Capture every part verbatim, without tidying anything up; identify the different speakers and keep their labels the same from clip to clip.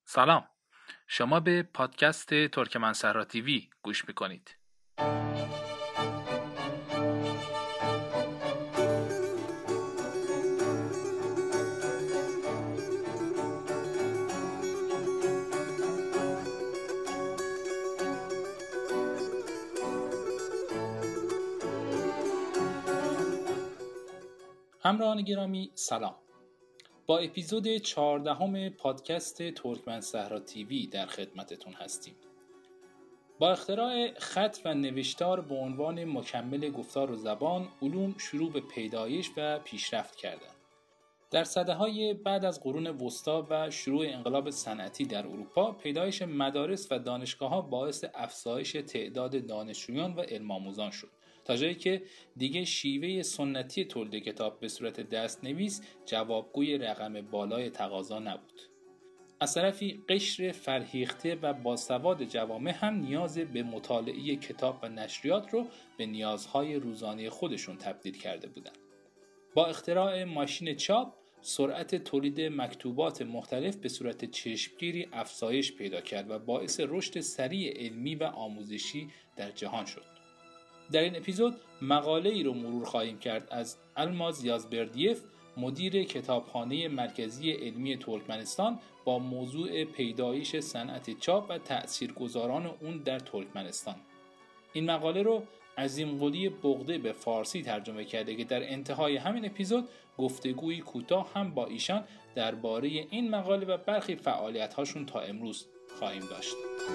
Speaker 1: سلام، شما به پادکست ترکمن صحرا تیوی گوش میکنید. همراهان گرامی سلام. با اپیزود چهاردهم پادکست ترکمن صحرا تیوی در خدمتتون هستیم. با اختراع خط و نوشتار به عنوان مکمل گفتار و زبان، علوم شروع به پیدایش و پیشرفت کردند. در سده‌های بعد از قرون وسطی و شروع انقلاب صنعتی در اروپا، پیدایش مدارس و دانشگاه‌ها باعث افزایش تعداد دانشجویان و علم آموزان شد، تا جایی که دیگه شیوه سنتی تولید کتاب به صورت دست‌نویس جوابگوی رقم بالای تقاضا نبود. از طرفی قشر فرهیخته و باسواد جوامع هم نیاز به مطالعه کتاب و نشریات رو به نیازهای روزانه خودشون تبدیل کرده بودند. با اختراع ماشین چاپ، سرعت تولید مکتوبات مختلف به صورت چشمگیری افزایش پیدا کرد و باعث رشد سریع علمی و آموزشی در جهان شد. در این اپیزود مقاله ای رو مرور خواهیم کرد از الماز یازبردیف، مدیر کتابخانه مرکزی علمی ترکمنستان، با موضوع پیدایش صنعت چاپ و تأثیرگذاران اون در ترکمنستان. این مقاله رو عظیم قلی بغده به فارسی ترجمه کرده که در انتهای همین اپیزود گفتگوی کوتاه هم با ایشان درباره این مقاله و برخی فعالیت‌هاشون تا امروز خواهیم داشت.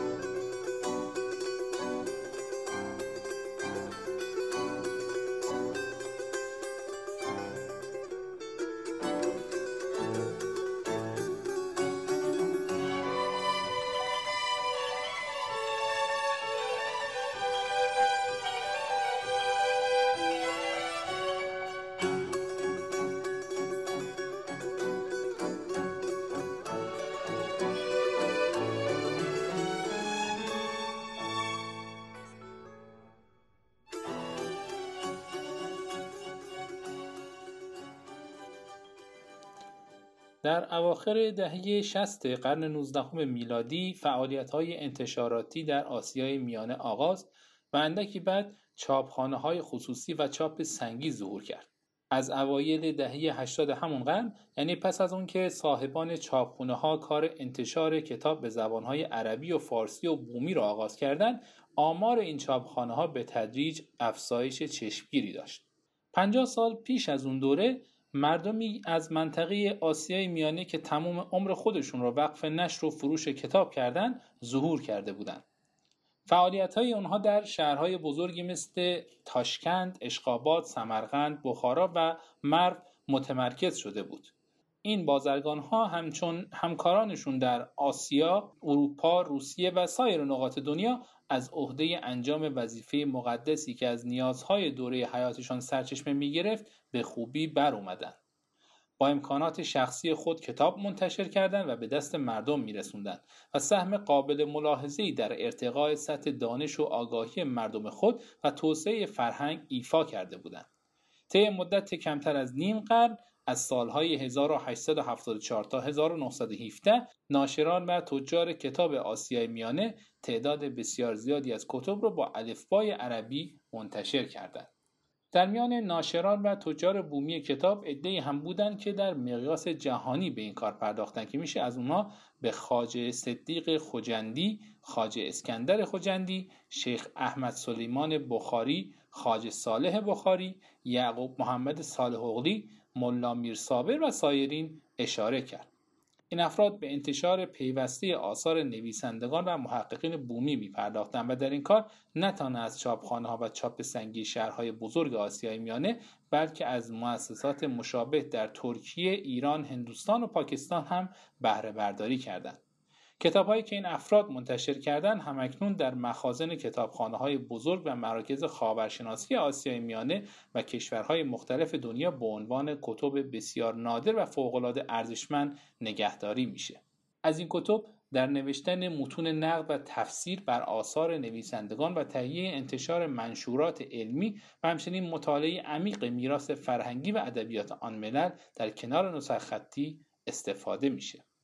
Speaker 1: در اواخر دهه شصت قرن نوزدهم میلادی فعالیت‌های انتشاراتی در آسیای میانه آغاز و اندکی بعد چاپخانه‌های خصوصی و چاپ سنگی ظهور کرد. از اوایل دهه هشتاد همون قرن، یعنی پس از اون که صاحبان چاپخانه‌ها کار انتشار کتاب به زبان‌های عربی و فارسی و بومی را آغاز کردند، آمار این چاپخانه‌ها به تدریج افزایش چشمگیری داشت. پنجاه سال پیش از اون دوره، مردمی از منطقه آسیای میانه که تمام عمر خودشون را وقف نشر و فروش کتاب کردند، ظهور کرده بودند. فعالیت‌های اونها در شهرهای بزرگی مثل تاشکند، اشخاباد، سمرقند، بخارا و مرو متمرکز شده بود. این بازرگان‌ها همچون همکارانشون در آسیا، اروپا، روسیه و سایر نقاط دنیا از عهده انجام وظیفه مقدسی که از نیازهای دوره حیاتشان سرچشمه می‌گرفت به خوبی بر اومدن. با امکانات شخصی خود کتاب منتشر کردند و به دست مردم می‌رسوندند و سهم قابل ملاحظه‌ای در ارتقاء سطح دانش و آگاهی مردم خود و توسعه فرهنگ ایفا کرده بودند. طی مدت کمتر از نیم قرن، از سالهای هزار و هشتصد و هفتاد و چهار تا هزار و نهصد و هفده، ناشران و تجار کتاب آسیای میانه تعداد بسیار زیادی از کتب را با الفبای عربی منتشر کردند. در میان ناشران و تجار بومی کتاب عده‌ای هم بودند که در مقیاس جهانی به این کار پرداختند که میشه از اونها به خواجه صدیق خجندی، خواجه اسکندر خجندی، شیخ احمد سلیمان بخاری، خواجه صالح بخاری، یعقوب محمد صالح اغلی، ملا میر صابر و سایرین اشاره کرد. این افراد به انتشار پیوسته آثار نویسندگان و محققین بومی می‌پرداختند و در این کار نه تنها از چاپخانه‌ها و چاپ سنگی شهرهای بزرگ آسیای میانه، بلکه از مؤسسات مشابه در ترکیه، ایران، هندوستان و پاکستان هم بهره برداری کردند. کتاب‌هایی که این افراد منتشر کردند همکنون در مخازن کتابخانه‌های بزرگ و مراکز خاورشناسی آسیای میانه و کشورهای مختلف دنیا به عنوان کتب بسیار نادر و فوق‌العاده ارزشمند نگهداری میشه. از این کتب در نوشتن متون نقد و تفسیر بر آثار نویسندگان و تهیه انتشار منشورات علمی و همچنین مطالعه عمیق میراث فرهنگی و ادبیات آن ملل در کنار نسخ خطی استفاده میشه.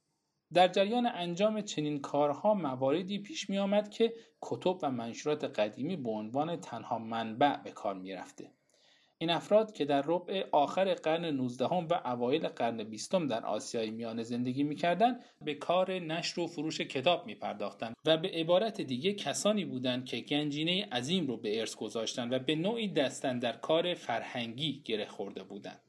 Speaker 1: در جریان انجام چنین کارها مواردی پیش می آمد که کتب و منشورات قدیمی به عنوان تنها منبع به کار می رفته. این افراد که در ربع آخر قرن نوزدهم و اوایل قرن بیستم در آسیای میانه زندگی می‌کردند، به کار نشر و فروش کتاب می‌پرداختند و به عبارت دیگه کسانی بودند که گنجینه عظیم رو به ارث گذاشتند و به نوعی دستن در کار فرهنگی گره خورده بودند.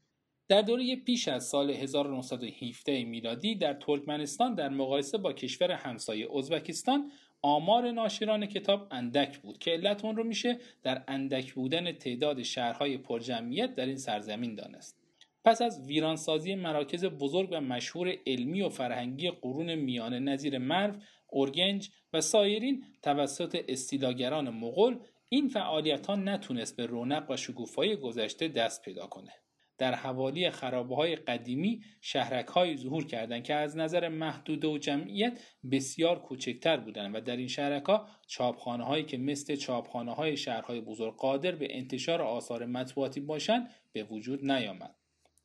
Speaker 1: در دوره پیش از سال هزار و نهصد و هفده میلادی در ترکمنستان در مقایسه با کشور همسایه ازبکستان آمار ناشران کتاب اندک بود که علت اون رو میشه در اندک بودن تعداد شهرهای پرجمعیت در این سرزمین دانست. پس از ویرانسازی مراکز بزرگ و مشهور علمی و فرهنگی قرون میانه نظیر مرو، اورگنج و سایرین توسط استیلاگران مغول، این فعالیت‌ها نتونست به رونق و شکوفایی گذشته دست پیدا کنه. در حوالی خرابه‌های قدیمی شهرک‌هایی ظهور کردند که از نظر محدوده و جمعیت بسیار کوچکتر بودند و در این شهرک‌ها چاپخانه‌هایی که مثل چاپخانه‌های شهرهای بزرگ قادر به انتشار آثار مطبوعاتی باشند به وجود نیامد.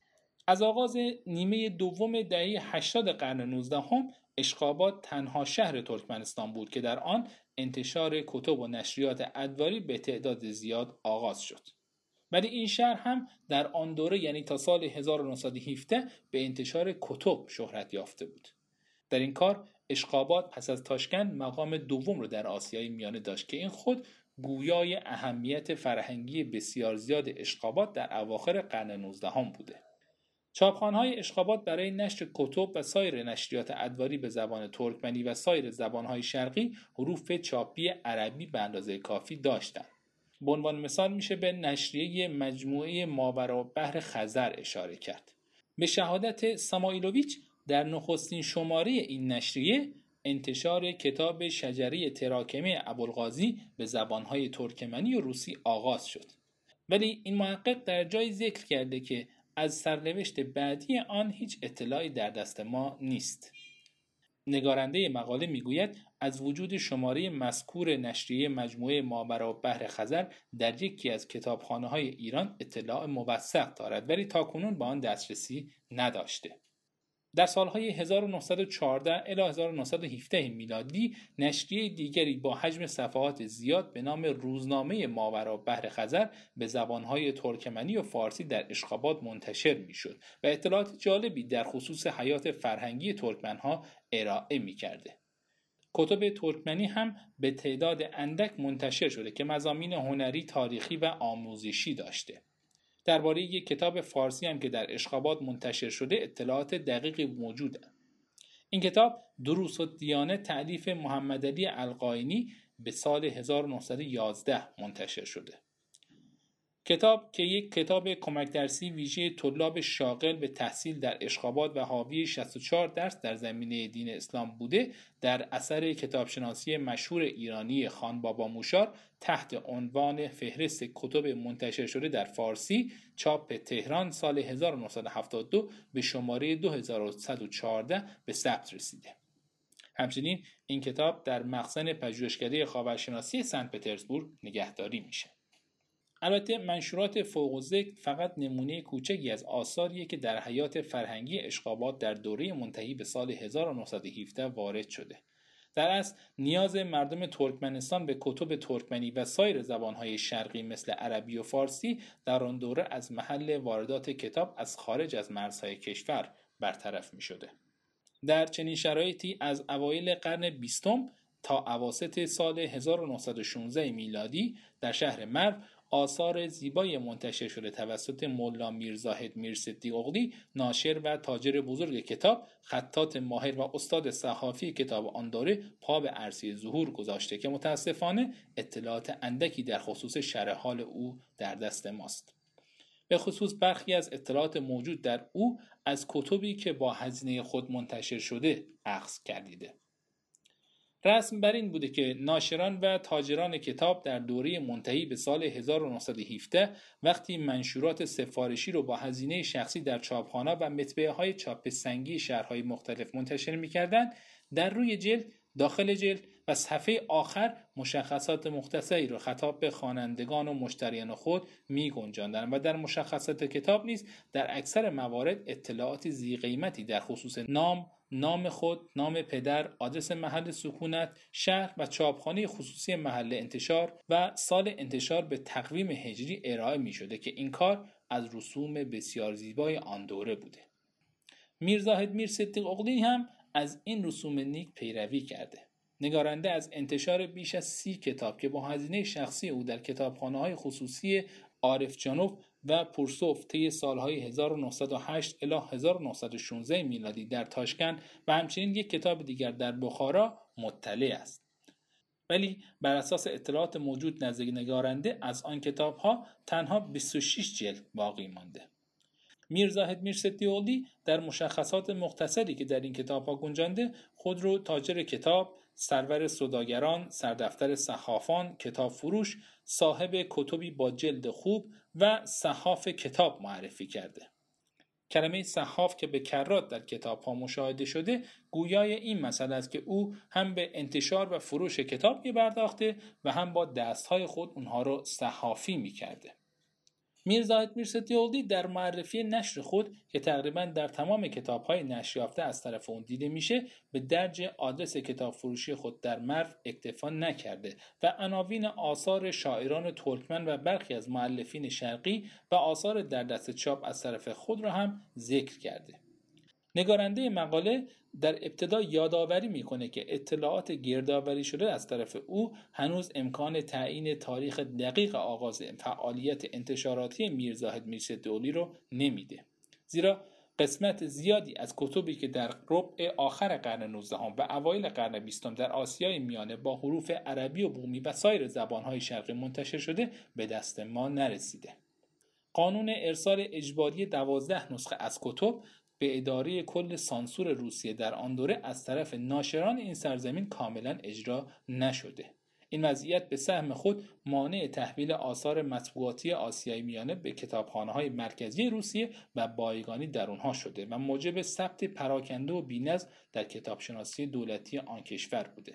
Speaker 1: از آغاز نیمه دوم دهه هشتاد قرن نوزدهم اشخاباد تنها شهر ترکمنستان بود که در آن انتشار کتب و نشریات ادواری به تعداد زیاد آغاز شد. ولی این شهر هم در آن دوره یعنی تا سال هزار و نهصد و هفده به انتشار کتب شهرت یافته بود. در این کار اشخاباد پس از تاشکند مقام دوم رو در آسیای میانه داشت که این خود گویای اهمیت فرهنگی بسیار زیاد اشخاباد در اواخر قرن نوزدهم بوده. چاپخانه‌های اشخاباد برای نشر کتب و سایر نشریات ادواری به زبان ترکمنی و سایر زبان‌های شرقی حروف چاپی عربی به اندازه کافی داشتند. به عنوان مثال میشه به نشریه مجموعه ماوراءالبحر خزر اشاره کرد. به شهادت سامایلوویچ در نخستین شماره این نشریه انتشار کتاب شجره تراکمه ابوالقاضی به زبانهای ترکمنی و روسی آغاز شد. ولی این محقق در جای ذکر کرده که از سرنوشت بعدی آن هیچ اطلاعی در دست ما نیست. نگارنده مقاله میگوید از وجود شماره مذکور نشریه مجموعه ماوراءالبحر خزر در یکی از کتابخانه‌های ایران اطلاع موثق دارد ولی تاکنون به آن دسترسی نداشته. در سالهای هزار و نهصد و چهارده الی هزار و نهصد و هفده میلادی نشریه دیگری با حجم صفحات زیاد به نام روزنامه ماوراءالبحر خزر به زبانهای ترکمنی و فارسی در اشخاباد منتشر میشد و اطلاعات جالبی در خصوص حیات فرهنگی ترکمنها ارائه میکرده. کتب ترکمنی هم به تعداد اندک منتشر شده که مضامین هنری، تاریخی و آموزشی داشته. درباره یک کتاب فارسی هم که در اشخاباد منتشر شده اطلاعات دقیقی موجوده. این کتاب دروس الدیانه تألیف محمد علی القاینی به سال هزار و نهصد و یازده منتشر شده. کتاب که یک کتاب کمک درسی ویژه طلاب شاغل به تحصیل در اشخاباد و حاوی شصت و چهار درس در زمینه دین اسلام بوده، در اثر کتابشناسی مشهور ایرانی خان بابا موشار تحت عنوان فهرست کتب منتشر شده در فارسی چاپ تهران سال هزار و نهصد و هفتاد و دو به شماره دو هزار و صد و چهارده به ثبت رسیده. همچنین این کتاب در مخزن پژوهشکده خاورشناسی سنت پترزبورگ نگهداری میشه. البته منشورات فوق الذکر فقط نمونه کوچکی از آثاریه که در حیات فرهنگی اشخاباد در دوره منتهی به سال هزار و نهصد و هفده وارد شده. در اصل نیاز مردم ترکمنستان به کتب ترکمنی و سایر زبانهای شرقی مثل عربی و فارسی در آن دوره از محل واردات کتاب از خارج از مرزهای کشور برطرف می شده. در چنین شرایطی از اوایل قرن بیستم تا اواسط سال هزار و نهصد و شانزده میلادی در شهر مرو آثار زیبای منتشر شده توسط مولا میرزاهد میرصدیق اغلی، ناشر و تاجر بزرگ کتاب، خطاط ماهر و استاد صحافی کتاب آن دوره پا به عرصه ظهور گذاشته که متاسفانه اطلاعات اندکی در خصوص شرح حال او در دست ماست. به خصوص برخی از اطلاعات موجود در او از کتبی که با هزینه خود منتشر شده اخذ کردیده. رسم بر این بوده که ناشران و تاجران کتاب در دوره منتهی به سال هزار و نهصد و هفده وقتی منشورات سفارشی رو با هزینه شخصی در چاپخانه و مطبعه‌های چاپ سنگی شهرهای مختلف منتشر می‌کردند، در روی جلد، داخل جلد و صفحه آخر مشخصات مختصری رو خطاب به خوانندگان و مشتریان خود می‌گنجاندند و در مشخصات کتاب نیز در اکثر موارد اطلاعات ذی قیمتی در خصوص نام، نام خود، نام پدر، آدرس محل سکونت، شهر و چاپخانه خصوصی محل انتشار و سال انتشار به تقویم هجری ارائه می شده که این کار از رسوم بسیار زیبای آن دوره بوده. میرزاهد میرصدیق اغلی هم از این رسوم نیک پیروی کرده. نگارنده از انتشار بیش از سی کتاب که با هزینه شخصی او در کتابخانه‌های خصوصی عارفجانوف و پورسوف طی سالهای هزار و نهصد و هشت الی هزار و نهصد و شانزده میلادی در تاشکند و همچنین یک کتاب دیگر در بخارا مطلع است. ولی بر اساس اطلاعات موجود نزد نگارنده از آن کتاب‌ها تنها بیست و شش جلد باقی مانده. میرزاهد میرصدیق اغلی در مشخصات مختصری که در این کتاب‌ها گنجانده خود رو تاجر کتاب، سرور سوداگران، سردفتر صحافان، کتاب فروش، صاحب کتبی با جلد خوب و صحاف کتاب معرفی کرده. کلمه صحاف که به کرات در کتاب‌ها مشاهده شده گویای این مسئله است که او هم به انتشار و فروش کتاب می‌پرداخته و هم با دست‌های خود اونها رو صحافی می‌کرده. میرزاهد میرصدیق اغلی در معرفی نشر خود که تقریبا در تمام کتاب‌های نشر یافته از طرف اون دیده میشه به درج آدرس کتاب فروشی خود در مرو اکتفا نکرده و عناوین آثار شاعران ترکمن و برخی از مؤلفین شرقی و آثار در دست چاپ از طرف خود را هم ذکر کرده. نگارنده مقاله در ابتدا یادآوری میکنه که اطلاعات گردآوری شده از طرف او هنوز امکان تعیین تاریخ دقیق آغاز فعالیت انتشاراتی میرزاهد میرصدیق اغلی رو نمیده، زیرا قسمت زیادی از کتبی که در ربع آخر قرن نوزدهم و اوایل قرن بیستم در آسیای میانه با حروف عربی و بومی و سایر زبانهای شرقی منتشر شده به دست ما نرسیده. قانون ارسال اجباری دوازده نسخه از کتب به اداره کل سانسور روسیه در آن دوره از طرف ناشران این سرزمین کاملا اجرا نشده. این وضعیت به سهم خود مانع تحویل آثار مطبوعاتی آسیای میانه به کتابخانه‌های مرکزی روسیه و بایگانی در آنها شده و موجب ثبت پراکنده و بی‌نظم در کتابشناسی دولتی آن کشور بوده.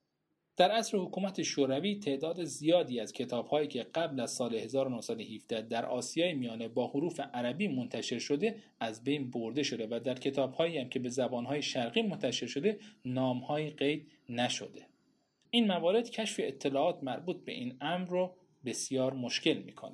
Speaker 1: در عصر حکومت شوروی تعداد زیادی از کتاب‌هایی که قبل از سال هزار و نهصد و هفده در آسیای میانه با حروف عربی منتشر شده از بین برده شده و در کتاب‌هایی هم که به زبان‌های شرقی منتشر شده نام‌هایی قید نشده. این موارد کشف اطلاعات مربوط به این امر رو بسیار مشکل می‌کنه.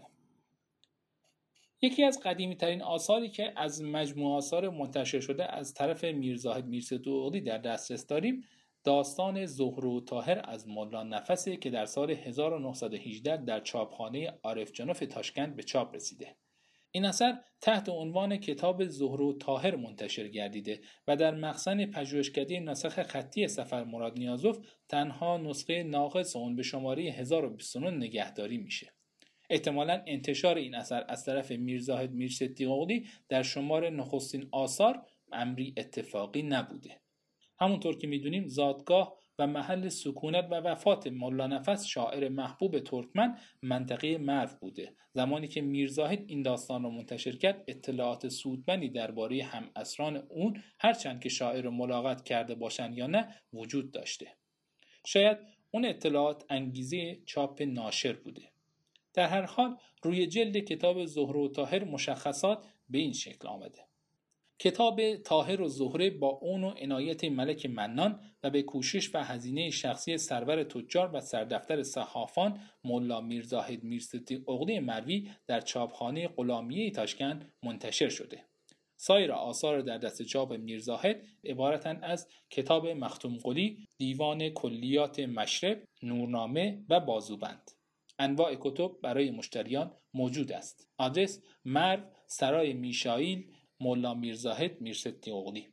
Speaker 1: یکی از قدیمی‌ترین آثاری که از مجموعه آثار منتشر شده از طرف میرزاهد میرصدیق اغلی در دسترس داریم داستان زهره و طاهر از ملا نفسه که در سال هزار و نهصد و هجده در چاپخانه عارفجانوف تاشکند به چاپ رسیده. این اثر تحت عنوان کتاب زهره و طاهر منتشر گردیده و در مخزن پژوهشکده نسخ خطی سفر مراد نیازوف تنها نسخه ناقص اون به شماره هزار و بیست و نه نگهداری میشه. احتمالاً انتشار این اثر از طرف میرزاهد میرصدیق اغلی در شمار نخستین آثار امری اتفاقی نبوده. همونطور که میدونیم زادگاه و محل سکونت و وفات ملا نفس شاعر محبوب ترکمن منطقه مرو بوده. زمانی که میرزاهد این داستان را منتشر کرد اطلاعات سودمندی درباره همعصران اون هرچند که شاعر رو ملاقات کرده باشن یا نه وجود داشته. شاید اون اطلاعات انگیزه چاپ ناشر بوده. در هر حال روی جلد کتاب زهره و طاهر مشخصات به این شکل آمده: کتاب طاهر و زهره با اون و عنایت ملک منان و به کوشش و هزینه شخصی سرور تجار و سردفتر صحافان ملا میرزاهد میرصدیق اغلی مروی در چاپخانه غلامیه تاشکند منتشر شده. سایر آثار در دست چاپ میرزاهد عبارتند از کتاب مختوم قلی، دیوان کلیات مشرب، نورنامه و بازوبند. انواع کتب برای مشتریان موجود است. آدرس: مرو، سرای میشائیل، ملا میرزاهد میرصدیق اغلی.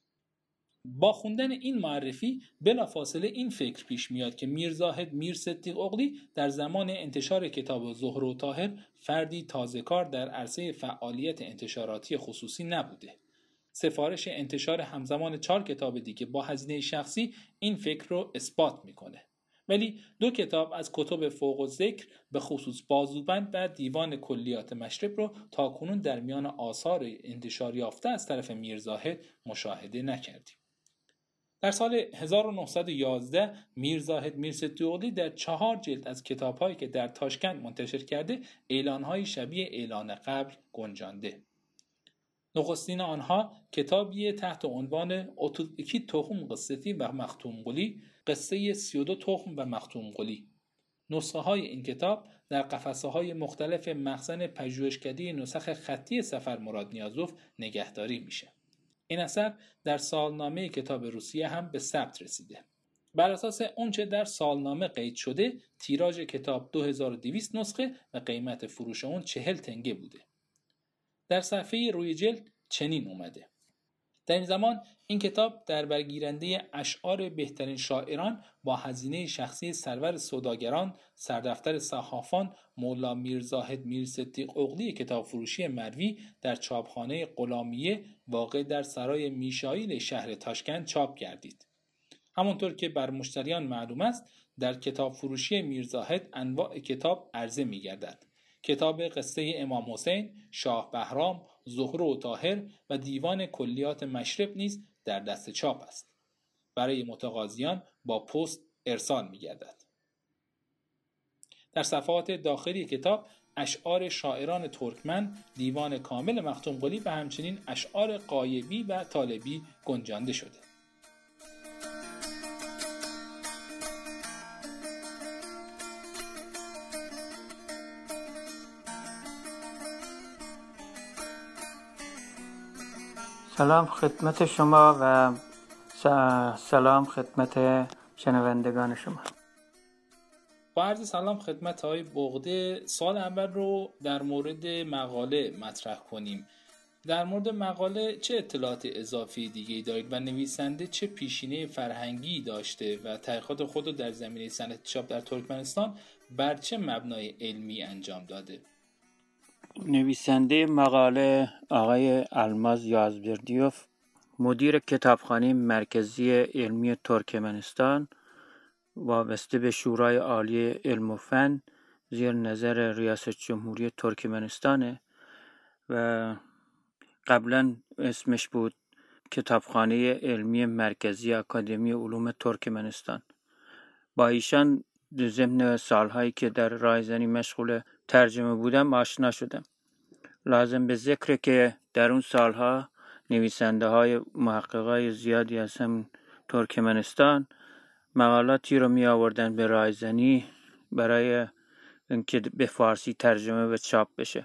Speaker 1: با خوندن این معرفی بلافاصله این فکر پیش میاد که میرزاهد میرصدیق اغلی در زمان انتشار کتاب زهره و طاهر فردی تازه‌کار در عرصه فعالیت انتشاراتی خصوصی نبوده. سفارش انتشار همزمان چهار کتاب دیگه با هزینه شخصی این فکر رو اثبات میکنه. ولی دو کتاب از کتب فوق الذکر به خصوص بازوبند و دیوان کلیات مشرب رو تاکنون در میان آثار انتشار یافته از طرف میرزاهد مشاهده نکردیم. در سال هزار و نهصد و یازده میرزاهد میرصدیق اغلی در چهار جلد از کتاب‌هایی که در تاشکند منتشر کرده اعلان‌های شبیه اعلان قبل گنجانده. نخستین آنها کتابی تحت عنوان otuz iki تخم قصتی و مختوم قلی، قصه سی و دو تخم و مختوم قلی. نسخه های این کتاب در قفسه های مختلف مخزن پژوهشکده نسخ خطی سفر مراد نیازوف نگهداری میشه. این اثر در سالنامه کتاب روسیه هم به ثبت رسیده. بر اساس اونچه در سالنامه قید شده، تیراژ کتاب دو هزار و دویست نسخه و قیمت فروش اون چهل تنگه بوده. در صفحه روی جلد چنین اومده: در این زمان این کتاب در برگیرنده اشعار بهترین شاعران با هزینه شخصی سرور سوداگران، سردفتر صحافان مولا میرزاهد میرصدیق اغلی کتاب فروشی مروی در چاپخانه غلامیه واقع در سرای میشائیل شهر تاشکند چاپ گردید. همونطور که بر مشتریان معلوم است، در کتاب فروشی میرزاهد انواع کتاب عرضه می گردد. کتاب قصه امام حسین، شاه بهرام، زهره و طاهر و دیوان کلیات مشرب نیز در دست چاپ است. برای متقاضیان با پست ارسال می گردد. در صفحات داخلی کتاب اشعار شاعران ترکمن، دیوان کامل مختوم قلی و همچنین اشعار غایبی و طالبی گنجانده شده.
Speaker 2: سلام خدمت شما و سلام خدمت شنوندگان شما.
Speaker 1: با عرض سلام خدمت های بغده، سال اول رو در مورد مقاله مطرح کنیم. در مورد مقاله چه اطلاعات اضافی دیگه دارید و نویسنده چه پیشینه فرهنگی داشته و تحقیقات خود رو در زمینه صنعت چاپ در ترکمنستان بر چه مبنای علمی انجام داده؟
Speaker 2: نویسنده مقاله آقای الماز یازبردیوف، مدیر کتابخانه مرکزی علمی ترکمنستان وابسته به شورای عالی علم و فن زیر نظر ریاست جمهوری ترکمنستانه و قبلا اسمش بود کتابخانه علمی مرکزی اکادمی علوم ترکمنستان. با ایشان ضمن سالهایی که در رایزنی مشغول ترجمه بودم آشنا شدم. لازم به ذکر که در اون سالها نویسنده های محققای زیادی از هم ترکمنستان مقالاتی رو می آوردن به رایزنی برای اینکه به فارسی ترجمه و چاپ بشه.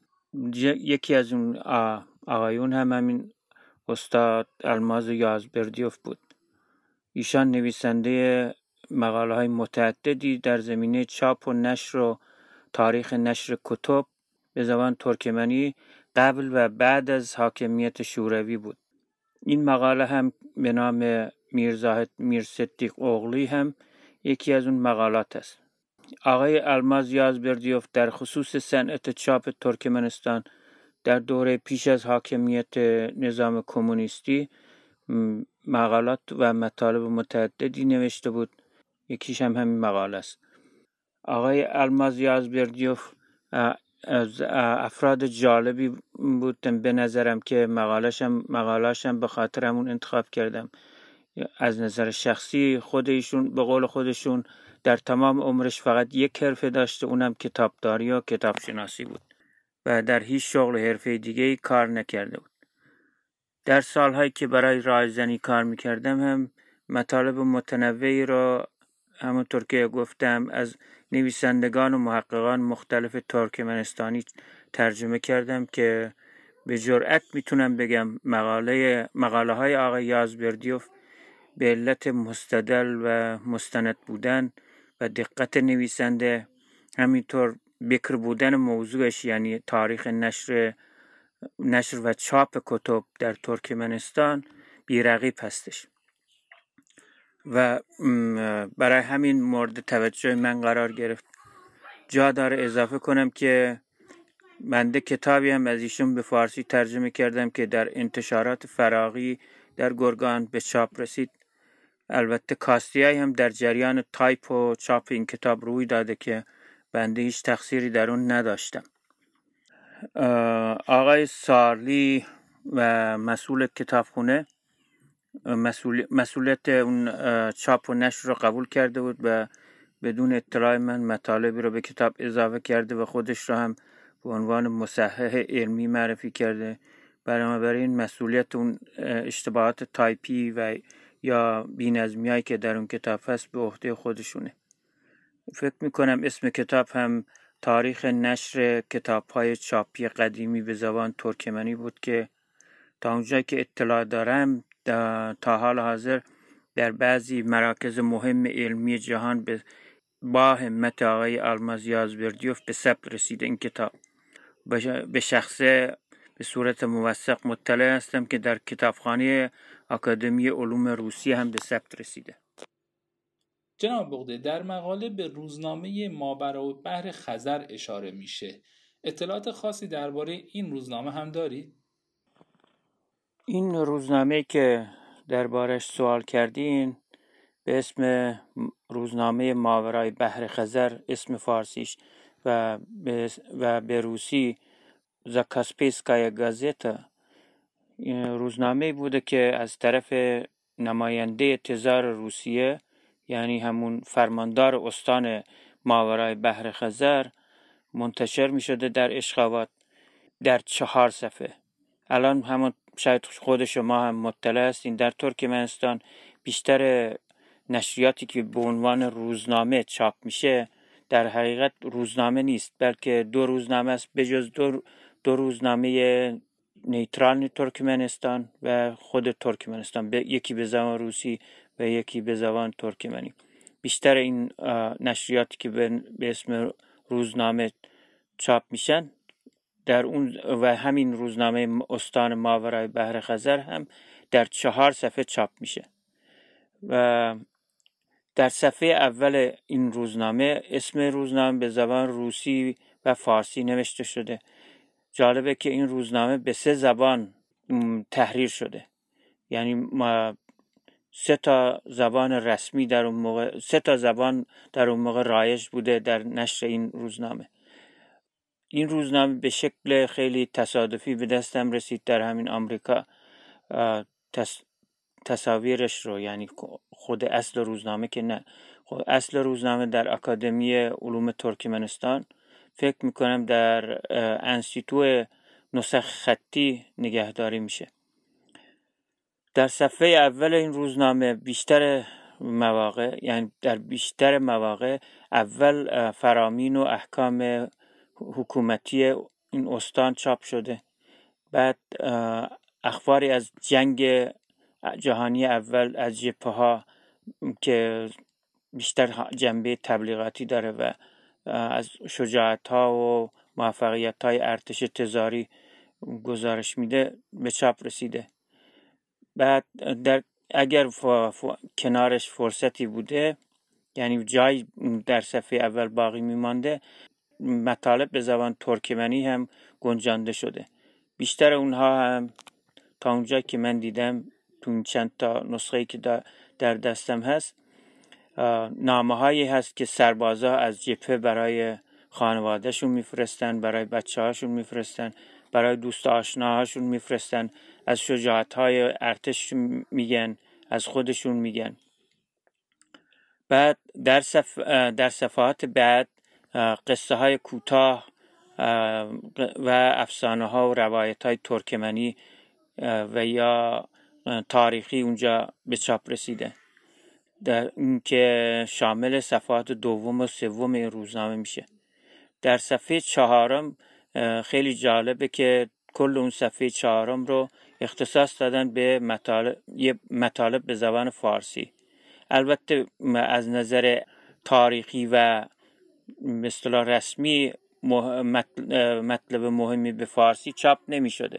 Speaker 2: یکی از اون آقایون هم همین استاد الماز یازبردیوف بود. ایشان نویسنده مقاله های متعددی در زمینه چاپ و نشر و تاریخ نشر کتب به زبان ترکمنی قبل و بعد از حاکمیت شوروی بود. این مقاله هم به نام میرزاهد میرصدیق اغلی هم یکی از اون مقالات است. آقای الماز یازبردیوف در خصوص صنعت چاپ ترکمنستان در دوره پیش از حاکمیت نظام کمونیستی مقالات و مطالب متعددی نوشته بود. یکیش هم همین مقاله است. آقای الماز یازبردیوف از افراد جالبی بودن به نظرم که مقاله‌شم مقاله‌شم به خاطر همون انتخاب کردم. از نظر شخصی خود ایشون به قول خودشون در تمام عمرش فقط یک حرفه داشته، اونم کتابداری و کتابشناسی بود و در هیچ شغل حرفه دیگه‌ای کار نکرده بود. در سالهایی که برای رایزنی کار میکردم هم مطالب متنوعی را همونطور که گفتم از نویسندگان و محققان مختلف ترکمنستانی ترجمه کردم که به جرئت میتونم بگم مقاله مقاله های آقای یازبردیوف به علت مستدل و مستند بودن و دقت نویسنده، همینطور بکر بودن موضوعش یعنی تاریخ نشر نشر و چاپ کتب در ترکمنستان بی‌رقیب هستش و برای همین مورد توجه من قرار گرفت. جا داره اضافه کنم که بنده کتابی هم از ایشون به فارسی ترجمه کردم که در انتشارات فراغی در گرگان به چاپ رسید. البته کاستیایی هم در جریان تایپ و چاپ این کتاب روی داده که بنده هیچ تقصیری در اون نداشتم. آقای سارلی و مسئول کتابخونه مسئول مسئولیت اون چاپ و نشر رو قبول کرده بود و بدون اطلاع من مطالبی رو به کتاب اضافه کرده و خودش رو هم به عنوان مصحح علمی معرفی کرده. بنابراین مسئولیت اون اشتباهات تایپی و یا بی‌نظمی‌هایی که در اون کتاب هست به عهده خودشونه. فکر میکنم اسم کتاب هم تاریخ نشر کتاب‌های چاپی قدیمی به زبان ترکمنی بود که تا اونجایی که اطلاع دارم تا حال حاضر در بعضی مراکز مهم علمی جهان به با همت آقای آلماز یازبردیوف به ثبت رسیده. این کتاب به شخصه به صورت موثق مطلع هستم که در کتابخانه آکادمی علوم روسیه هم به ثبت رسیده.
Speaker 1: جناب بغده، در مقاله به روزنامه ماوراءالبحر خزر اشاره میشه. اطلاعات خاصی درباره این روزنامه هم دارید؟
Speaker 2: این روزنامه که دربارش سوال کردین به اسم روزنامه ماوراءالبحر خزر اسم فارسیش و به, و به روسی زاکاسپیسکایا گازتا روزنامه بوده که از طرف نماینده تزار روسیه، یعنی همون فرماندار استان ماوراءالبحر خزر، منتشر می شده در اشخابات در چهار صفحه. الان همون شاید خود شما هم مطلع هستین در ترکمنستان بیشتر نشریاتی که به عنوان روزنامه چاپ میشه در حقیقت روزنامه نیست، بلکه دو روزنامه است بجز دو, دو روزنامه نیترال ترکمنستان و خود ترکمنستان، یکی به زبان روسی و یکی به زبان ترکمنی. بیشتر این نشریاتی که به اسم روزنامه چاپ میشن در اون و همین روزنامه استان ماوراءالبحر خزر هم در چهار صفحه چاپ میشه و در صفحه اول این روزنامه اسم روزنامه به زبان روسی و فارسی نوشته شده. جالبه که این روزنامه به سه زبان تحریر شده، یعنی ما سه تا زبان رسمی در اون موقع سه تا زبان در اون موقع رایج بوده در نشر این روزنامه. این روزنامه به شکل خیلی تصادفی به دستم رسید در همین آمریکا. تص... تصاویرش رو، یعنی خود اصل روزنامه که نه، خود اصل روزنامه در آکادمی علوم ترکمنستان فکر میکنم در انستیتو نسخ خطی نگهداری میشه. در صفحه اول این روزنامه بیشتر مواقع، یعنی در بیشتر مواقع اول فرامین و احکام حکومتی این استان چاپ شده، بعد اخباری از جنگ جهانی اول از جبهه‌ها که بیشتر جنبه تبلیغاتی داره و از شجاعت‌ها و موفقیت‌های ارتش تزاری گزارش میده به چاپ رسیده. بعد در اگر ف... ف... کنارش فرصتی بوده، یعنی جای در صفحه اول باقی میمانده، مطالب به زبان ترکمنی هم گنجانده شده. بیشتر اونها هم تا اونجا که من دیدم تو چند تا نسخه‌ای که در دستم هست نامه هایی هست که سربازا از جبهه برای خانوادهشون میفرستن، برای بچه هاشون میفرستن، برای دوست آشناهاشون میفرستن، از شجاعت های ارتش میگن، از خودشون میگن. بعد در, صف... در صفحات بعد قصه های کوتاه و افسانه ها و روایت های ترکمنی و یا تاریخی اونجا به چاپ رسیده، در این که شامل صفحات دوم و سوم این روزنامه میشه. در صفحه چهارم خیلی جالبه که کل اون صفحه چهارم رو اختصاص دادن به مطالب, مطالب به زبان فارسی. البته از نظر تاریخی و به اصطلاح رسمی مطلب مهمی به فارسی چاپ نمی شده.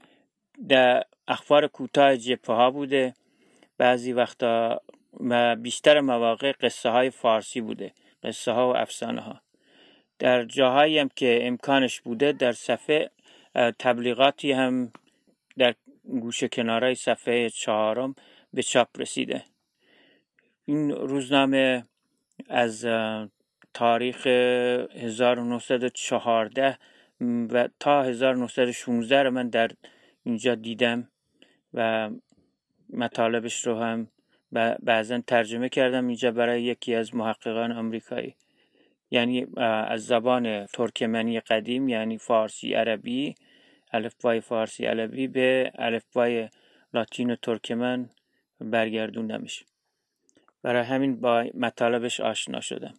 Speaker 2: در اخبار کوتاه جبهه ها بوده، بعضی وقتا و بیشتر مواقع قصه های فارسی بوده، قصه ها و افسانه ها. در جاهایی هم که امکانش بوده در صفحه تبلیغاتی هم در گوشه کنارهای صفحه چهارم به چاپ رسیده. این روزنامه از تاریخ هزار و نهصد و چهارده و تا هزار و نهصد و شانزده رو من در اینجا دیدم و مطالبش رو هم بعضا ترجمه کردم اینجا برای یکی از محققان آمریکایی، یعنی از زبان ترکمنی قدیم، یعنی فارسی عربی، الفبای فارسی علوی به الفبای لاتین و ترکمن برگردونده میشه. برای همین با مطالبش آشنا شدم.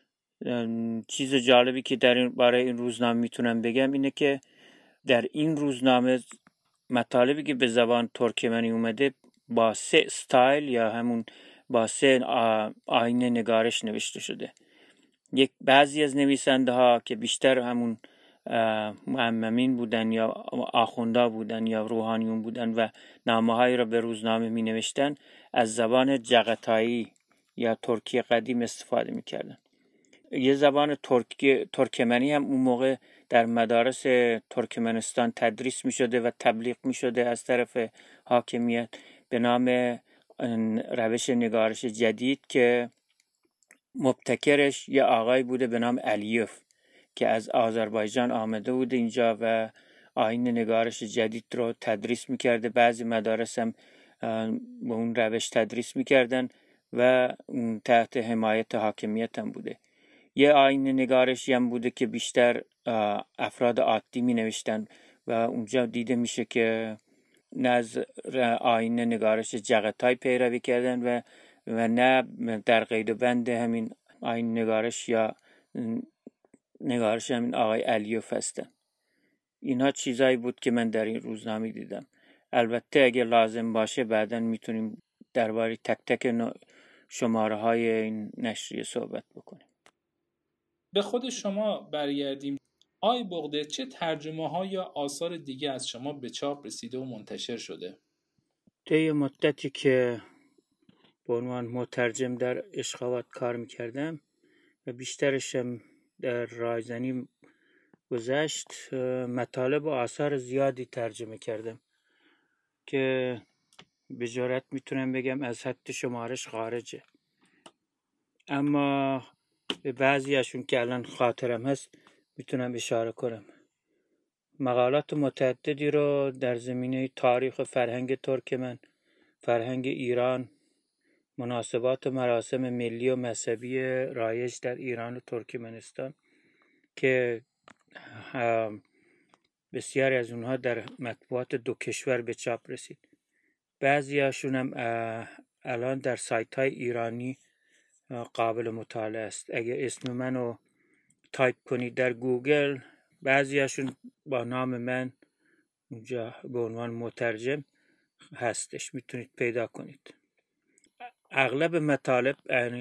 Speaker 2: چیز جالبی که در این برای این روزنامه میتونم بگم اینه که در این روزنامه مطالبی که به زبان ترکمنی اومده با سه استایل یا همون با سه آینه نگارش نوشته شده. یک بعضی از نویسنده ها که بیشتر همون معممین بودن یا آخوندا بودن یا روحانیون بودن و نامه‌هایی را به روزنامه می نوشتن، از زبان جغتایی یا ترکی قدیم استفاده می کردن. یه زبان ترکی ترکمنی هم اون موقع در مدارس ترکمنستان تدریس می شده و تبلیغ می شده از طرف حاکمیت به نام روش نگارش جدید که مبتکرش یه آقای بوده به نام علیوف که از آذربایجان آمده بوده اینجا و آیین نگارش جدید رو تدریس میکرده. بعضی مدارس هم به اون روش تدریس میکردن و تحت حمایت حاکمیت هم بوده. یه آیین نگارشی هم بوده که بیشتر افراد عادی می نوشتن و اونجا دیده میشه که نه از آیین نگارش جغتای پیروی کردن و و نه در قید و بند همین آیین نگارش یا نگارش همین آقای علیوف هستن. اینها چیزایی بود که من در این روزنامه دیدم. البته اگه لازم باشه بعداً میتونیم درباره تک تک شماره های این نشریه صحبت بکنیم.
Speaker 1: به خود شما برگردیم. آقای بغده، چه ترجمه ها یا آثار دیگه از شما به چاپ رسیده و منتشر شده؟
Speaker 2: طی مدتی که به عنوان مترجم در اشخابات کار میکردم و بیشترشم در رایزنی گذشت، مطالب و آثار زیادی ترجمه کردم که به جرات میتونم بگم از حد شمارش خارجه، اما به بعضی هاشون که الان خاطرم هست میتونم اشاره کنم. مقالات متعددی رو در زمینه تاریخ و فرهنگ ترکمن، فرهنگ ایران، مناسبات و مراسم ملی و مذهبی رایج در ایران و ترکمنستان که بسیاری از اونها در مطبوعات دو کشور به چاپ رسید. بعضی هاشون هم الان در سایت های ایرانی قابل مطالعه است. اگه اسم منو تایپ کنید در گوگل، بعضی هاشون با نام من اونجا به عنوان مترجم هستش، میتونید پیدا کنید. اغلب مطالب،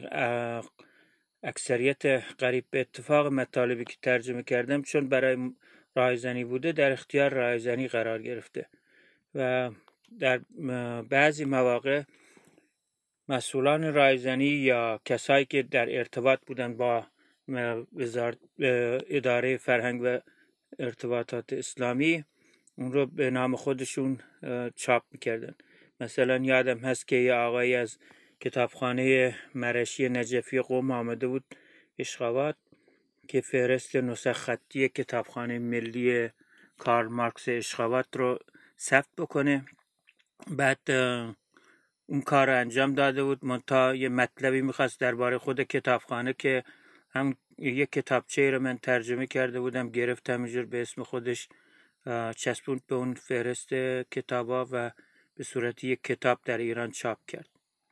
Speaker 2: اکثریت قریب به اتفاق مطالبی که ترجمه کردم چون برای رایزنی بوده در اختیار رایزنی قرار گرفته و در بعضی مواقع مسئولان رایزنی یا کسایی که در ارتباط بودن با وزارت اداره فرهنگ و ارتباطات اسلامی اون رو به نام خودشون چاپ میکردن. مثلا یادم هست که یه آقایی از کتابخانه مرشی نجفی قم آمده بود اشخابات که فهرست نسخ خطی کتابخانه ملی کارل مارکس اشخابات رو ثبت بکنه. بعد اون کار رو انجام داده بود، منتها یه مطلبی میخواست درباره خود کتابخانه که هم یک کتابچه رو من ترجمه کرده بودم گرفت همینجور به اسم خودش چسبوند به اون فهرست کتابا و به صورت یک کتاب در ایران چاپ کرد.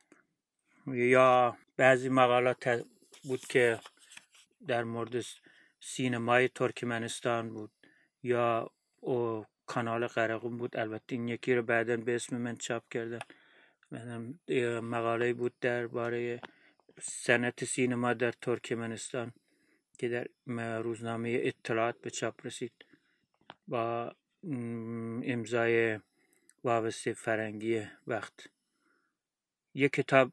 Speaker 2: یا بعضی مقالات بود که در مورد سینمای ترکمنستان بود یا او کانال قرقون بود، البته این یکی رو بعداً به اسم من چاپ کردن. مقاله بود درباره صنعت سینما در ترکمنستان که در روزنامه اطلاعات به چاپ رسید با امضای وابسته فرنگی وقت. یک کتاب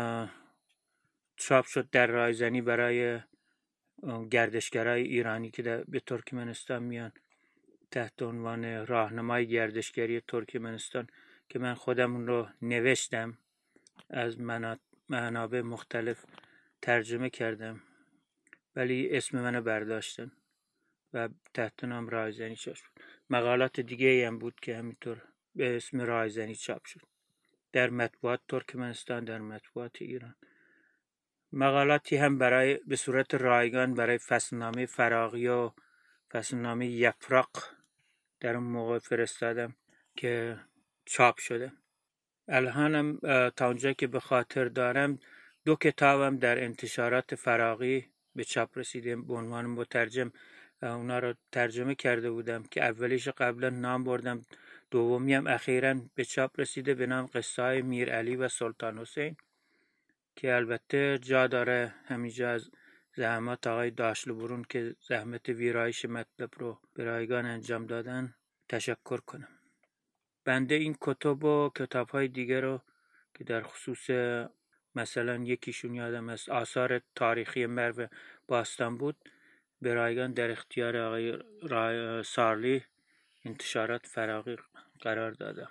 Speaker 2: چاپ شد در رایزنی برای گردشگرای ایرانی که به ترکمنستان میان تحت عنوان راهنمای گردشگری ترکمنستان که من خودم اون رو نوشتم، از منابع مختلف ترجمه کردم ولی اسم منو برداشتن و تحت نام رایزنی چاپ شد. مقالات دیگه هم بود که همینطور به اسم رایزنی چاپ شد در مطبوعات ترکمنستان، در مطبوعات ایران. مقالاتی هم برای به صورت رایگان برای فصلنامه فراغی و فصلنامه یفرق در اون موقع فرستادم که چاپ شده. الانم تا اونجا که به خاطر دارم دو کتابم در انتشارات فراغی به چاپ رسیده به عنوان مترجم. اونا رو ترجمه کرده بودم که اولیش قبلا نام بردم، دومی هم اخیراً به چاپ رسیده به نام قصه های میر علی و سلطان حسین که البته جا داره همینجا از زحمات آقای داشلو برون که زحمت ویرایش مطلب رو به رایگان انجام دادن تشکر کنم. بنده این کتب و کتاب های دیگه رو که در خصوص مثلا یکیشون یادم است آثار تاریخی مرو باستان بود، به رایگان در اختیار آقای رای سارلی انتشارات فراغی قرار دادم.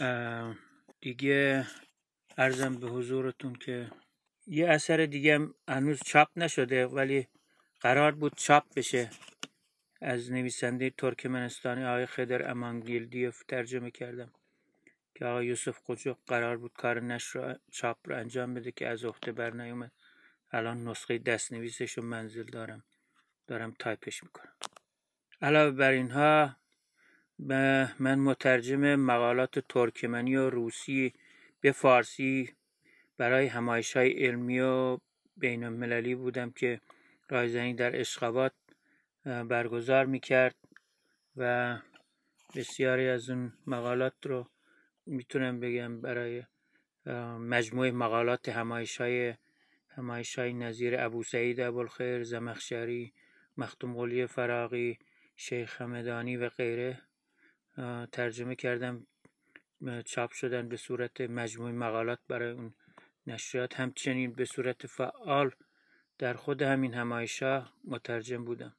Speaker 2: دیگه عرضم به حضورتون که یه اثر دیگه هم هنوز چاپ نشده ولی قرار بود چاپ بشه، از نویسنده ترکمنستانی آقای خضر امانگیلدیف ترجمه کردم که آقای یوسف قجق قرار بود کار نشر چاپ رو انجام بده که از عهده بر نیومد. الان نسخه دست نویسش رو منزل دارم دارم تایپش میکنم. علاوه بر اینها من مترجم مقالات ترکمنی و روسی به فارسی برای همایش‌های علمی و بین المللی بودم که رایزنی در اشخابات برگزار میکرد و بسیاری از اون مقالات رو میتونم بگم برای مجموعه مقالات همایش‌های همایش‌های نظیر ابو سعید ابوالخیر، زمخشری، مختوم قلی فراغی، شیخ همدانی و غیره ترجمه کردم، چاپ شدن به صورت مجموعه مقالات برای اون نشریات. همچنین به صورت فعال در خود همین همایش‌ها مترجم بودم.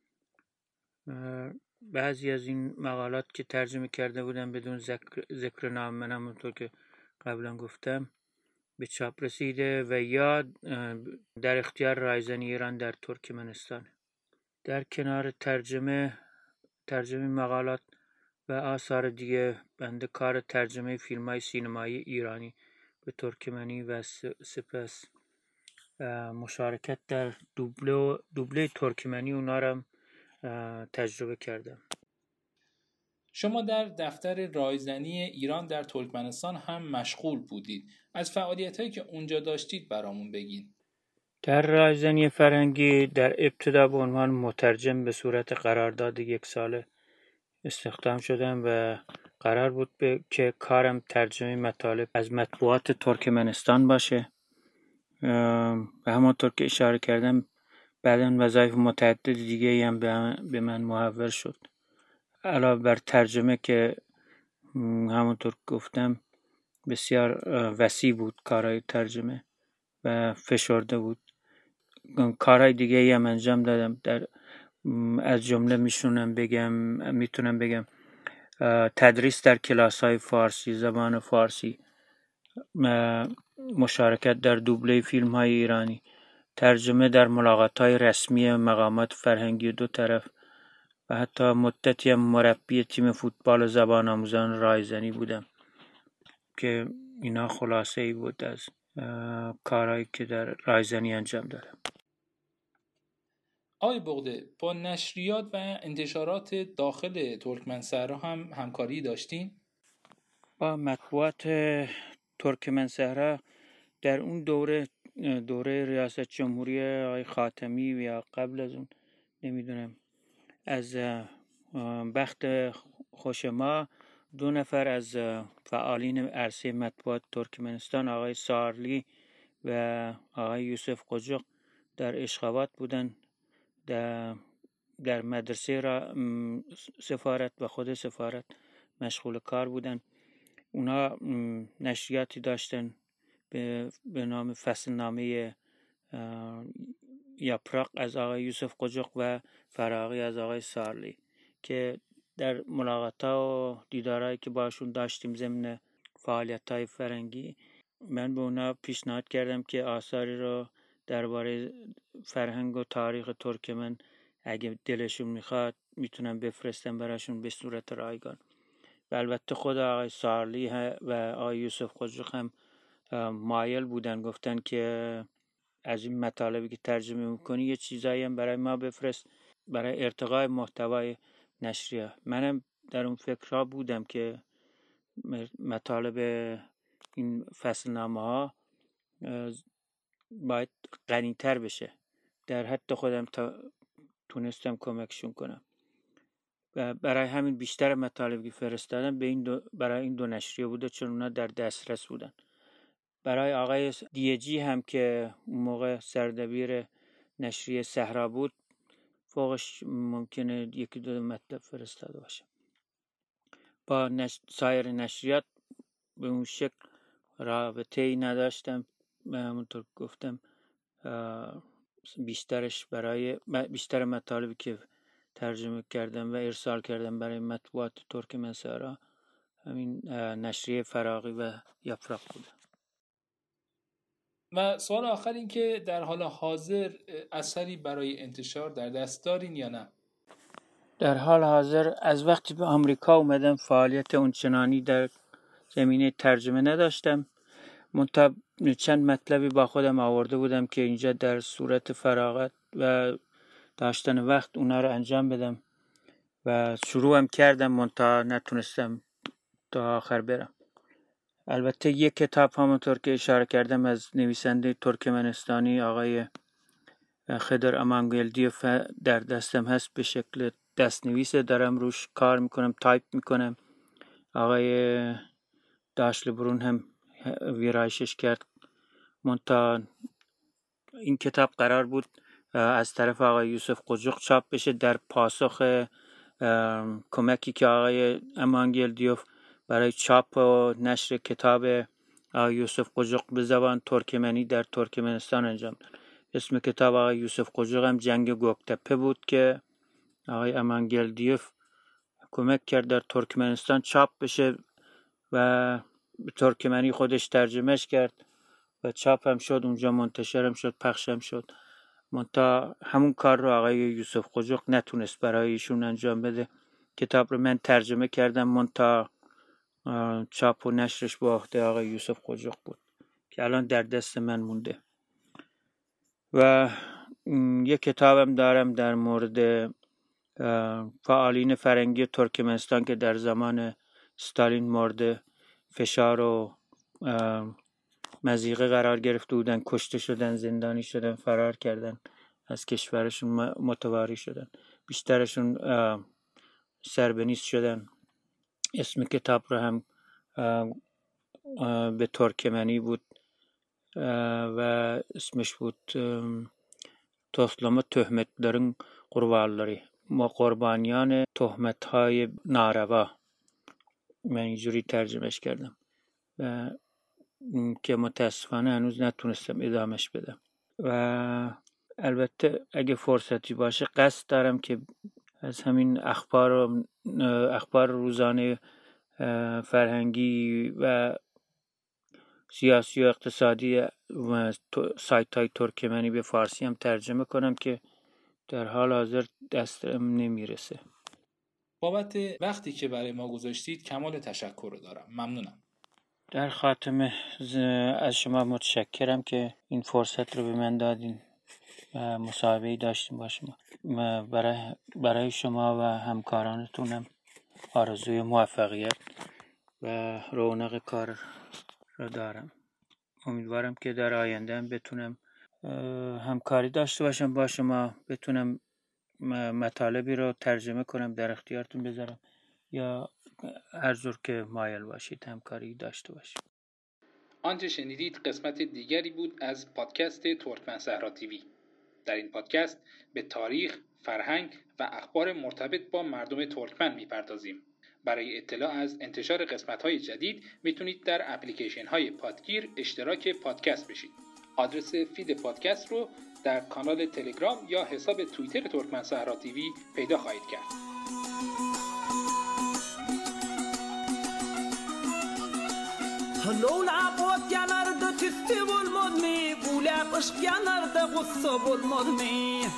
Speaker 2: بعضی از این مقالات که ترجمه کرده بودم بدون ذکر, ذکر نام من، همونطور که قبلا گفتم، به چاپ رسیده و یا در اختیار رایزن ایران در ترکمنستان. در کنار ترجمه ترجمه مقالات و آثار دیگه بنده کار ترجمه فیلم های سینمایی ایرانی به ترکمنی و سپس مشارکت در دوبله دوبله ترکمنی اونا رو تجربه کردم.
Speaker 1: شما در دفتر رایزنی ایران در ترکمنستان هم مشغول بودید. از فعالیت‌هایی که اونجا داشتید برامون بگین.
Speaker 2: در رایزنی فرهنگی در ابتدا به عنوان مترجم به صورت قرارداد یک ساله استخدام شدم و قرار بود که کارم ترجمه مطالب از مطبوعات ترکمنستان باشه. و همانطور که اشاره کردم بعداً وظایف متعدد دیگه هم به من محول شد. علاوه بر ترجمه که همونطور گفتم بسیار وسیع بود کارهای ترجمه و فشرده بود، کارهای دیگه هم انجام دادم. در از جمله میشونم بگم میتونم بگم تدریس در کلاس های فارسی، زبان فارسی، مشارکت در دوبله فیلم های ایرانی، ترجمه در ملاقات های رسمی مقامات فرهنگی دو طرف و حتی مدتی هم مربی تیم فوتبال زبان آموزان رایزنی بودم که اینا خلاصه ای بود از کارهایی که در رایزنی انجام دادم.
Speaker 1: آقای بغده، با نشریات و انتشارات داخل ترکمنصحرا هم همکاری داشتین؟
Speaker 2: با مطبوعات ترکمنصحرا در اون دوره دوره ریاست جمهوری آقای خاتمی و یا قبل از اون نمیدونم، از بخت خوش ما دو نفر از فعالین عرصه مطبوعات ترکمنستان، آقای سارلی و آقای یوسف قجق، در اشخابات بودن، در, در مدرسه را سفارت و خود سفارت مشغول کار بودن. اونا نشریاتی داشتن به, به نام فصل نامه یاپراق از آقای یوسف قجق و فراغی از آقای سارلی که در ملاقات‌ها و دیدارهایی که باشون داشتیم ضمن فعالیت‌های فرهنگی، من به اونا پیشنهاد کردم که آثاری رو درباره فرهنگ و تاریخ ترکمن اگه دلشون میخواد میتونم بفرستم براشون به صورت رایگان. و البته خود آقای سارلی و آقای یوسف قجق هم مایل بودن، گفتن که از این مطالبی که ترجمه میکنی یه چیزایی هم برای ما بفرست برای ارتقای محتوای نشریه. منم در اون فکرها بودم که مطالب این فصلنامه ها باید غنی‌تر بشه. در حد خودم تا تونستم کمکشون کنم و برای همین بیشتر مطالبی فرستادم به این دو برای این دو نشریه بوده، چون اونا در دسترس بودن. برای آقای دیجی هم که اون موقع سردبیر نشریه صحرا بود، فوقش ممکنه یکی دو مطلب فرستاده باشه. با نش... سایر نشریات به اون شکل رابطه ای نداشتم. همونطور گفتم بیشترش برای بیشتر مطالبی که ترجمه کردم و ارسال کردم برای مطبوعات ترکمن‌سارا همین نشریه فراغی و یفرق بوده.
Speaker 1: و سوال آخر این که در حال حاضر اثری برای انتشار در دست دارین یا نه؟
Speaker 2: در حال حاضر از وقتی به آمریکا اومدم فعالیت اونچنانی در زمینه ترجمه نداشتم. منتها چند مطلبی با خودم آورده بودم که اینجا در صورت فراغت و داشتن وقت اونا رو انجام بدم و شروع هم کردم، منتها نتونستم تا آخر برم. البته یک کتاب همونطور که اشاره کردم از نویسنده ترکمنستانی آقای خضر امانگلدیوف در دستم هست، به شکل دست نویسه، دارم روش کار میکنم، تایپ میکنم. آقای داشلبرون هم ویرایشش کرد. منتها این کتاب قرار بود از طرف آقای یوسف قجق چاپ بشه در پاسخ کمکی که آقای امانگلدیوف برای چاپ و نشر کتاب آقای یوسف قجق به زبان ترکمنی در ترکمنستان انجام داد. اسم کتاب آقای یوسف قجق هم جنگ گوکتپه بود که آقای امانگلدیوف کمک کرد در ترکمنستان چاپ بشه و به ترکمنی خودش ترجمهش کرد و چاپ هم شد، اونجا منتشر هم شد، پخش هم شد. منتها همون کار رو آقای یوسف قجق نتونست برای ایشون انجام بده. کتاب رو من ترجمه کردم، منتها چاپ و نشرش با عهده آقای یوسف قجق بود که الان در دست من مونده. و یک کتابم دارم در مورد فعالین فرنگی ترکمنستان که در زمان استالین مورد فشار و مضیقه قرار گرفته بودن، کشته شدن، زندانی شدن، فرار کردن از کشورشون، متواری شدن، بیشترشون سربنیست شدن. اسم کتاب رو هم به ترکمنی بود و اسمش بود توسلama töhmetlerin قربانلاری، ما قربانیان تهمت های ناروا. من اینجوری ترجمهش کردم و که متاسفانه هنوز نتونستم ادامهش بدم. و البته اگه فرصتی باشه قصد دارم که از همین اخبار و اخبار روزانه فرهنگی و سیاسی و اقتصادی و سایت های ترکمنی به فارسی هم ترجمه کنم که در حال حاضر دستم نمیرسه.
Speaker 1: بابت وقتی که برای ما گذاشتید کمال تشکر رو دارم. ممنونم.
Speaker 2: در خاتمه از شما متشکرم که این فرصت رو به من دادین و مصاحبه‌ای داشتیم با شما. برای برای شما و همکارانتونم آرزوی موفقیت و رونق کار رو دارم. امیدوارم که در آینده هم بتونم همکاری داشته باشم با شما، بتونم مطالبی رو ترجمه کنم، در اختیارتون بذارم یا هر جور که مایل باشید همکاری داشته باشیم.
Speaker 1: آنچه شنیدید قسمت دیگری بود از پادکست ترکمن صحرا تیوی. در این پادکست به تاریخ، فرهنگ و اخبار مرتبط با مردم ترکمن میپردازیم. برای اطلاع از انتشار قسمت‌های جدید میتونید در اپلیکیشن های پادگیر اشتراک پادکست بشید. آدرس فید پادکست رو در کانال تلگرام یا حساب توییتر ترکمن صحرا تیوی پیدا خواهید کرد.
Speaker 3: لولا بود yanardı tüstü bulmadı mı? Gulab ışk yanardı gussa bulmadı mı?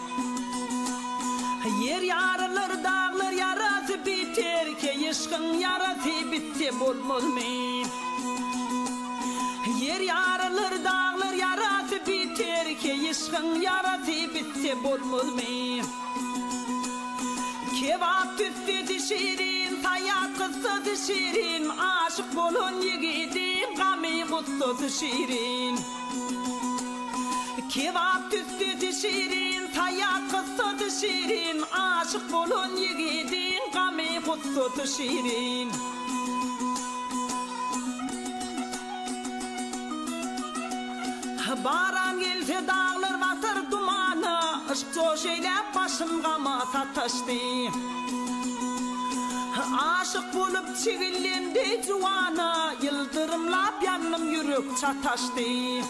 Speaker 3: Yer yarılır dağlar yarası biter ki aşkın yarası bitti bulmadı mı? Yer yarılır dağlar yarası biter ki aşkın yarası bitti bulmadı mı? Kebap tüftedi şirin, tayak kıstadı şirin, aşık bolun yigidim, gami kutsadı şirin. Kebap tüftedi şirin, tayak kıstadı şirin, aşık bolun yigidim, gami kutsadı şirin. Baran geldi dağlar batır dumanı, ışık coşeylep başımga mata taştı. Aşık bulup çigillendi juvanı, yıldırımlap yanım yürek çataştı.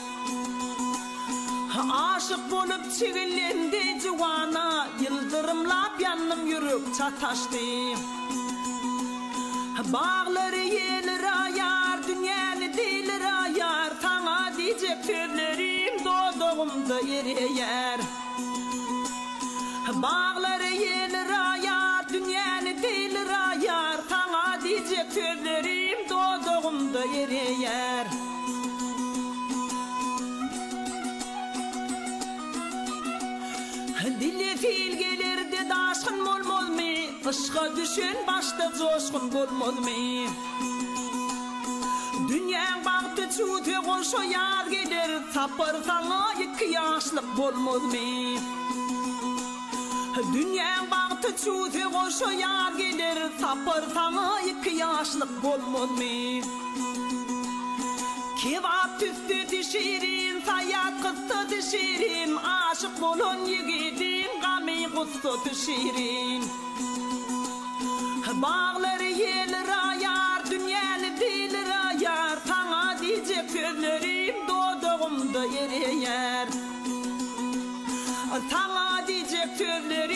Speaker 3: Aşık bulup çigillendi juvanı, yıldırımlap yanım yürek çataştı. Bağları yelir ayar, dünyanı dilir ayar, tana diyecek sözlerim doğduğumda yeriyer. Bağları yelir ayar, dünyanı dilir ayar, tana diyecek sözlerim doğduğumda yeriyer. Dili fil gelirdi daşkın mol mol mi, ışığa düşün başta coşkun bol mol mi. Dünyanın baktı çuğdu koşu yar gelir, tapır sana iki yaşlık bol mol mi. Dünyanın baktı çuğdu koşu yar gelir, tapır sana iki yaşlık bol mol mi. Kebap tüftedi şirin, tayak kıstadı şirin, aşık bolun yigidim, gami kutsadı şirin. Bağları yelir ayar, dünyanı dilir ayar, tana diyecek sözlerim doğduğumda yeriyer. Tana diyecek sözlerim